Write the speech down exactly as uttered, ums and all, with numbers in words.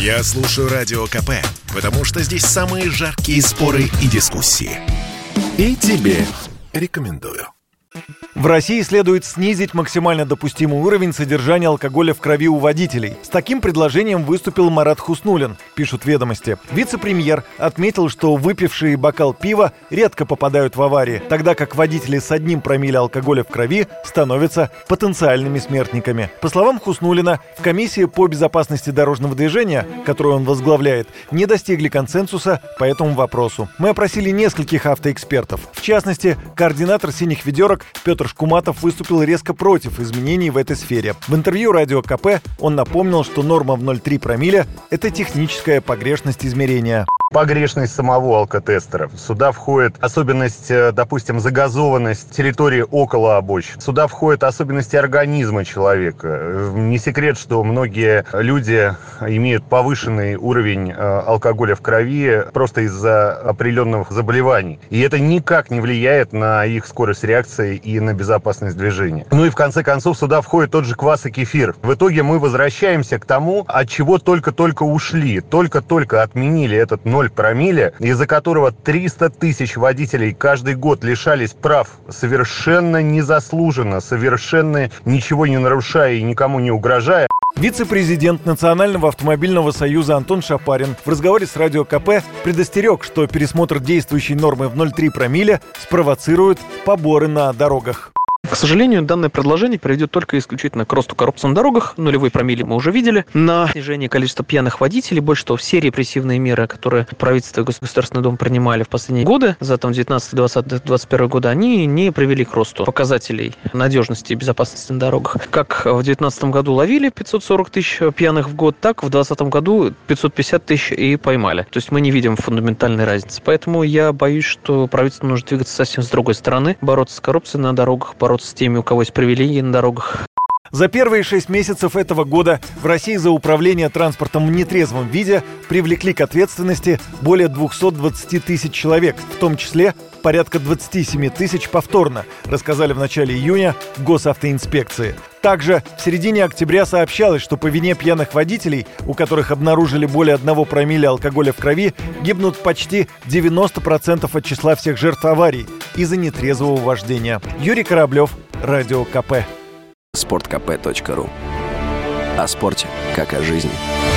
Я слушаю Радио КП, потому что здесь самые жаркие споры и дискуссии. И тебе рекомендую. В России следует снизить максимально допустимый уровень содержания алкоголя в крови у водителей. С таким предложением выступил Марат Хуснуллин, пишут «Ведомости». Вице-премьер отметил, что выпившие бокал пива редко попадают в аварии, тогда как водители с одним промилле алкоголя в крови становятся потенциальными смертниками. По словам Хуснуллина, в комиссии по безопасности дорожного движения, которую он возглавляет, не достигли консенсуса по этому вопросу. Мы опросили нескольких автоэкспертов. В частности, координатор «Синих ведерок» Петр Шкуматов выступил резко против изменений в этой сфере. В интервью Радио КП он напомнил, что норма в ноль целых три десятых промилле – это техническая погрешность измерения. Погрешность самого алкотестера. Сюда входит особенность, допустим, загазованность территории около обочин. Сюда входят особенности организма человека. Не секрет, что многие люди имеют повышенный уровень алкоголя в крови просто из-за определенных заболеваний. И это никак не влияет на их скорость реакции и на безопасность движения. Ну и в конце концов сюда входит тот же квас и кефир. В итоге мы возвращаемся к тому, от чего только-только ушли. Только-только отменили этот ноль промилле, из-за которого триста тысяч водителей каждый год лишались прав совершенно незаслуженно, совершенно ничего не нарушая и никому не угрожая. Вице-президент Национального автомобильного союза Антон Шапарин в разговоре с Радио КП предостерег, что пересмотр действующей нормы в ноль целых три десятых промилле спровоцирует поборы на дорогах. К сожалению, данное предложение приведет только исключительно к росту коррупции на дорогах. Нулевой промилле мы уже видели. На снижение количества пьяных водителей. Больше того, все репрессивные меры, которые правительство и Государственный Дом принимали в последние годы, за там девятнадцатый, двадцатый, двадцать первый годы, они не привели к росту показателей надежности и безопасности на дорогах. Как в две тысячи девятнадцатом году ловили пятьсот сорок тысяч пьяных в год, так в две тысячи двадцатом году пятьсот пятьдесят тысяч и поймали. То есть мы не видим фундаментальной разницы. Поэтому я боюсь, что правительство нужно двигаться совсем с другой стороны, бороться с коррупцией на дорогах, бороться с теми, у кого есть привилегии на дорогах. За первые шесть месяцев этого года в России за управление транспортом в нетрезвом виде привлекли к ответственности более двести двадцать тысяч человек, в том числе порядка двадцать семь тысяч повторно, рассказали в начале июня в госавтоинспекции. Также в середине октября сообщалось, что по вине пьяных водителей, у которых обнаружили более одного промилле алкоголя в крови, гибнут почти девяносто процентов от числа всех жертв аварий из-за нетрезвого вождения. Юрий Кораблев, Радио КП. спорт кэ пэ точка ру. О спорте, как о жизни.